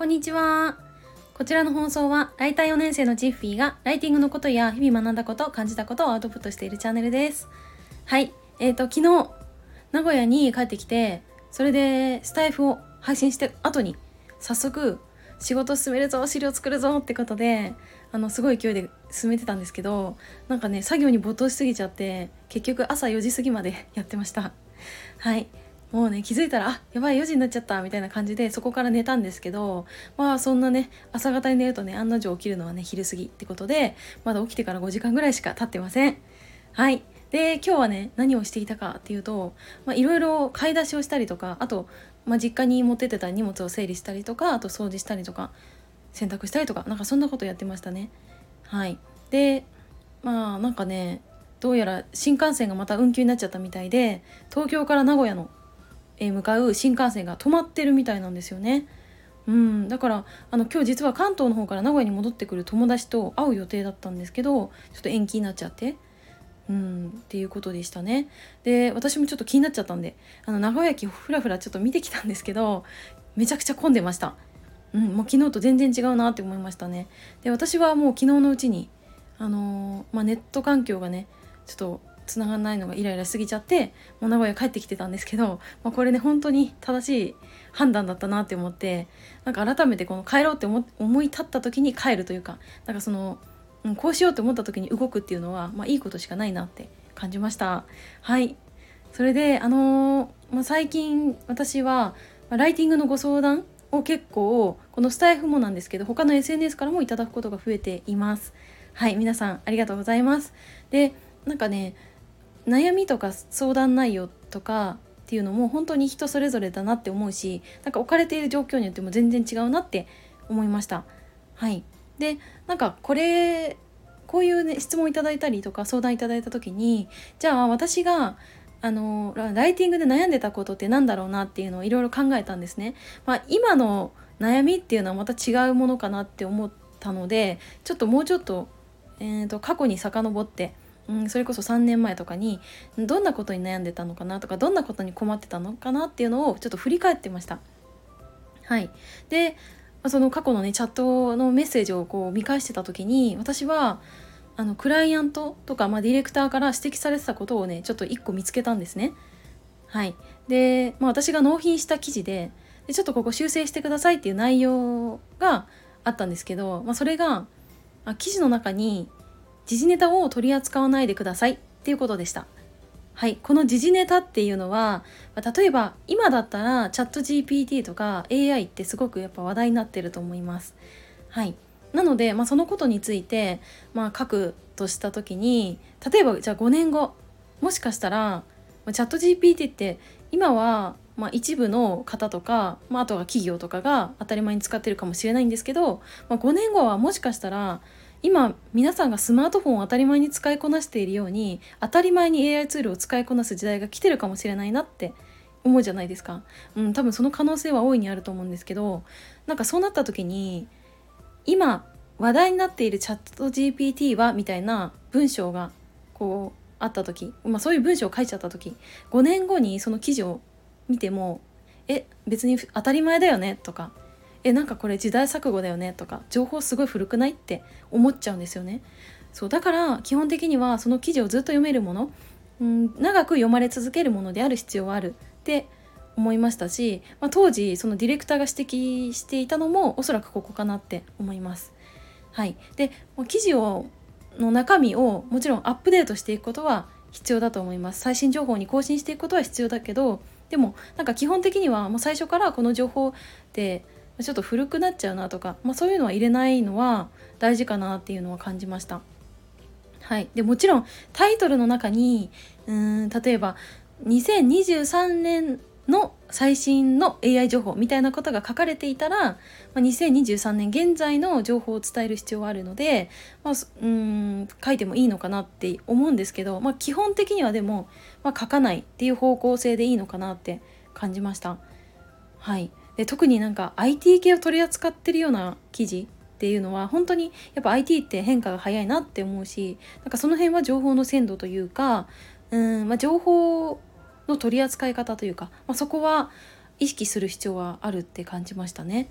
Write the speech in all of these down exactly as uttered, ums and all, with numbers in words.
こんにちは。こちらの放送はライターよねん生のジッフィーがライティングのことや日々学んだこと、感じたことをアウトプットしているチャンネルです。はい、えーと昨日名古屋に帰ってきて、それでスタイフを配信して後に早速仕事進めるぞ、資料作るぞってことで、あのすごい勢いで進めてたんですけど、なんかね作業に没頭しすぎちゃって結局朝よじ過ぎまでやってました。はい、もうね気づいたらあやばいよじになっちゃったみたいな感じで、そこから寝たんですけど、まあそんなね朝方に寝るとね案の定起きるのはね昼過ぎってことで、まだ起きてからごじかんぐらいしか経ってません。はい、で今日はね何をしていたかっていうと、まあいろいろ買い出しをしたりとか、あと、まあ、実家に持ってってた荷物を整理したりとか、あと掃除したりとか洗濯したりとか、なんかそんなことやってましたね。はい、でまあなんかねどうやら新幹線がまた運休になっちゃったみたいで、東京から名古屋のえー向かう新幹線が止まってるみたいなんですよね。うん、だからあの今日実は関東の方から名古屋に戻ってくる友達と会う予定だったんですけど、ちょっと延期になっちゃって、うんっていうことでしたね。で私もちょっと気になっちゃったんで、あの名古屋駅ふらふらちょっと見てきたんですけど、めちゃくちゃ混んでました。うん、もう昨日と全然違うなって思いましたね。で私はもう昨日のうちにあのーまあ、ネット環境がねちょっとつながらないのがイライラしすぎちゃって、もう名古屋帰ってきてたんですけど、まあ、これね本当に正しい判断だったなって思って、なんか改めてこの帰ろうって思思い立った時に帰るというか、なんかその、うん、こうしようって思った時に動くっていうのは、まあ、いいことしかないなって感じました。はい、それであのーまあ、最近私は、まあ、ライティングのご相談を結構このスタイフもなんですけど他の エスエヌエス からもいただくことが増えています。はい、皆さんありがとうございます。でなんかね悩みとか相談内容とかっていうのも本当に人それぞれだなって思うし、なんか置かれている状況によっても全然違うなって思いました。はい、でなんかこれこういうね質問いただいたりとか相談いただいた時に、じゃあ私があのライティングで悩んでたことってなんだろうなっていうのをいろいろ考えたんですね。まあ、今の悩みっていうのはまた違うものかなって思ったので、ちょっともうちょっと、えーと過去に遡って、うん、それこそさんねんまえとかにどんなことに悩んでたのかなとか、どんなことに困ってたのかなっていうのをちょっと振り返ってました。はい、でその過去のねチャットのメッセージをこう見返してた時に、私はあのクライアントとか、まあ、ディレクターから指摘されてたことをねちょっといっこ見つけたんですね。はい、で、まあ、私が納品した記事で、でちょっとここ修正してくださいっていう内容があったんですけど、まあ、それがあ記事の中に時事ネタを取り扱わないでくださいっていうことでした。はい、この時事ネタっていうのは、まあ例えば今だったらチャット ジーピーティー とか エーアイ ってすごくやっぱ話題になってると思います。はい、なので、まあ、そのことについて、まあ、書くとした時に、例えばじゃあごねんごもしかしたら、まあチャット ジーピーティー って今はまあ一部の方とか、まあ、あとは企業とかが当たり前に使ってるかもしれないんですけど、まあ、ごねんごはもしかしたら今皆さんがスマートフォンを当たり前に使いこなしているように、当たり前に エーアイ ツールを使いこなす時代が来てるかもしれないなって思うじゃないですか。うん、多分その可能性は大いにあると思うんですけど、なんかそうなった時に今話題になっているチャット ジーピーティー はみたいな文章がこうあった時、まあ、そういう文章を書いちゃった時、ごねんごにその記事を見てもえ別に当たり前だよねとか、えなんかこれ時代錯誤だよねとか、情報すごい古くないって思っちゃうんですよね。そうだから基本的にはその記事をずっと読めるもの、うん、長く読まれ続けるものである必要はあるって思いましたし、まあ、当時そのディレクターが指摘していたのもおそらくここかなって思います。はい、で記事をの中身をもちろんアップデートしていくことは必要だと思います。最新情報に更新していくことは必要だけど、でもなんか基本的にはもう最初からこの情報ってちょっと古くなっちゃうなとか、まあ、そういうのは入れないのは大事かなっていうのは感じました。はい、でもちろんタイトルの中にうーん例えばにせんにじゅうさんねんの最新の エーアイ 情報みたいなことが書かれていたら、まあ、にせんにじゅうさんねん現在の情報を伝える必要はあるので、まあ、うーん書いてもいいのかなって思うんですけど、まあ、基本的にはでも、まあ、書かないっていう方向性でいいのかなって感じました。はい、で特になんか アイティー 系を取り扱ってるような記事っていうのは本当にやっぱ アイティー って変化が早いなって思うし、なんかその辺は情報の鮮度というか、うん、まあ、情報の取り扱い方というか、まあ、そこは意識する必要はあるって感じましたね。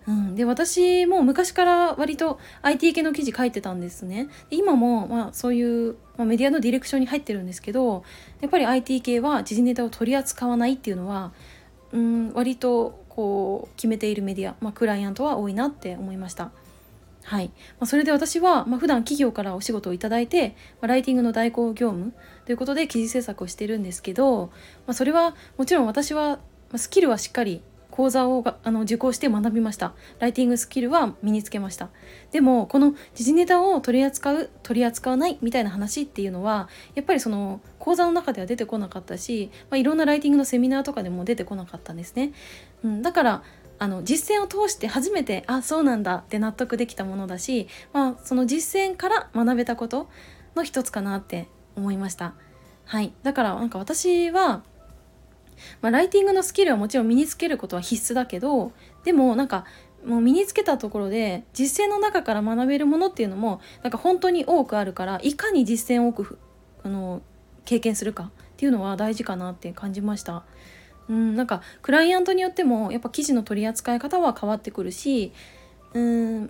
うん、で私も昔から割と アイティー 系の記事書いてたんですね。で今もまあそういう、まあ、メディアのディレクションに入ってるんですけど、やっぱり アイティー 系は時事ネタを取り扱わないっていうのは、うん、割とこう決めているメディア、まあ、クライアントは多いなって思いました。はい、まあ、それで私は、まあ、普段企業からお仕事をいただいて、まあ、ライティングの代行業務ということで記事制作をしてるんですけど、まあ、それはもちろん私は、まあ、スキルはしっかり講座をがあの受講して学びました。ライティングスキルは身につけました。でもこの時事ネタを取り扱う取り扱わないみたいな話っていうのはやっぱりその講座の中では出てこなかったし、まあ、いろんなライティングのセミナーとかでも出てこなかったんですね。うん、だからあの実践を通して初めてあそうなんだって納得できたものだし、まあ、その実践から学べたことの一つかなって思いました。はい、だからなんか私は、まあ、ライティングのスキルはもちろん身につけることは必須だけど、でもなんかもう身につけたところで実践の中から学べるものっていうのもなんか本当に多くあるから、いかに実践を多くあの経験するかっていうのは大事かなって感じました。うん、なんかクライアントによってもやっぱ記事の取り扱い方は変わってくるし、うん、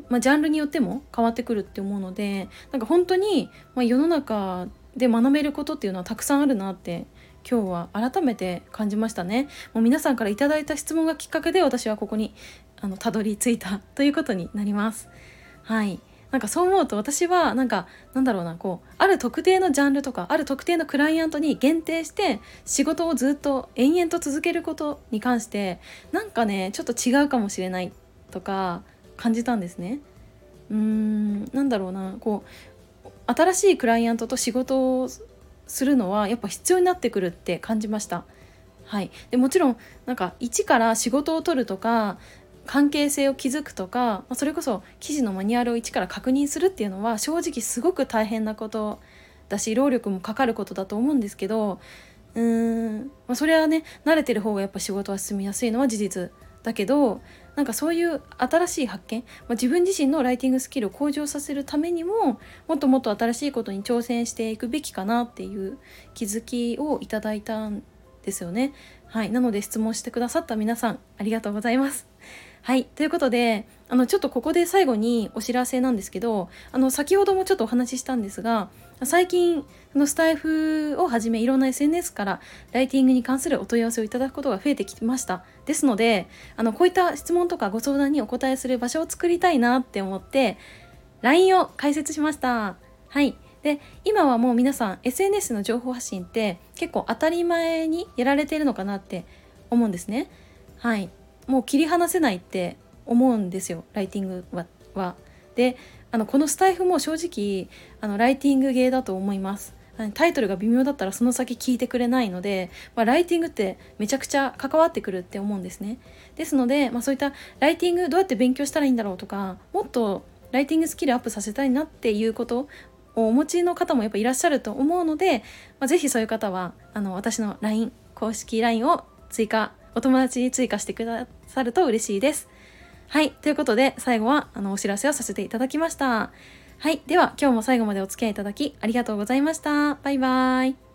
まあ、ジャンルによっても変わってくるって思うので、なんか本当に、まあ、世の中で学べることっていうのはたくさんあるなって今日は改めて感じましたね。もう皆さんからいただいた質問がきっかけで私はここにあのたどり着いたということになります。はい、なんかそう思うと私はなんかなんだろうな、こうある特定のジャンルとかある特定のクライアントに限定して仕事をずっと延々と続けることに関してなんかねちょっと違うかもしれないとか感じたんですね。うーんなんだろうな、こう新しいクライアントと仕事をするのはやっぱ必要になってくるって感じました。はい、でもちろんなんか一から仕事を取るとか関係性を築くとか、まあ、それこそ記事のマニュアルを一から確認するっていうのは正直すごく大変なことだし労力もかかることだと思うんですけど、うーん、まあ、それはね慣れてる方がやっぱ仕事は進みやすいのは事実だけど、なんかそういう新しい発見、まあ、自分自身のライティングスキルを向上させるためにももっともっと新しいことに挑戦していくべきかなっていう気づきをいただいたんですよね。はい、なので質問してくださった皆さんありがとうございます。はい、ということであのちょっとここで最後にお知らせなんですけど、あの先ほどもちょっとお話ししたんですが、最近のスタイフをはじめいろんな エスエヌエス からライティングに関するお問い合わせをいただくことが増えてきました。ですのであのこういった質問とかご相談にお答えする場所を作りたいなって思って ライン を開設しました。はい、で今はもう皆さん エスエヌエス の情報発信って結構当たり前にやられているのかなって思うんですね。はい、もう切り離せないって思うんですよ、ライティングは。はであのこのスタイフも正直あのライティングゲーだと思います。タイトルが微妙だったらその先聞いてくれないので、まあ、ライティングってめちゃくちゃ関わってくるって思うんですね。ですので、まあ、そういったライティングどうやって勉強したらいいんだろうとか、もっとライティングスキルアップさせたいなっていうことをお持ちの方もやっぱいらっしゃると思うので、まあ、ぜひそういう方はあの私の ライン 公式 ライン を追加お友達に追加してくださると嬉しいです。はい、ということで最後はあのお知らせをさせていただきました。はい、では今日も最後までお付き合いいただきありがとうございました。バイバイ。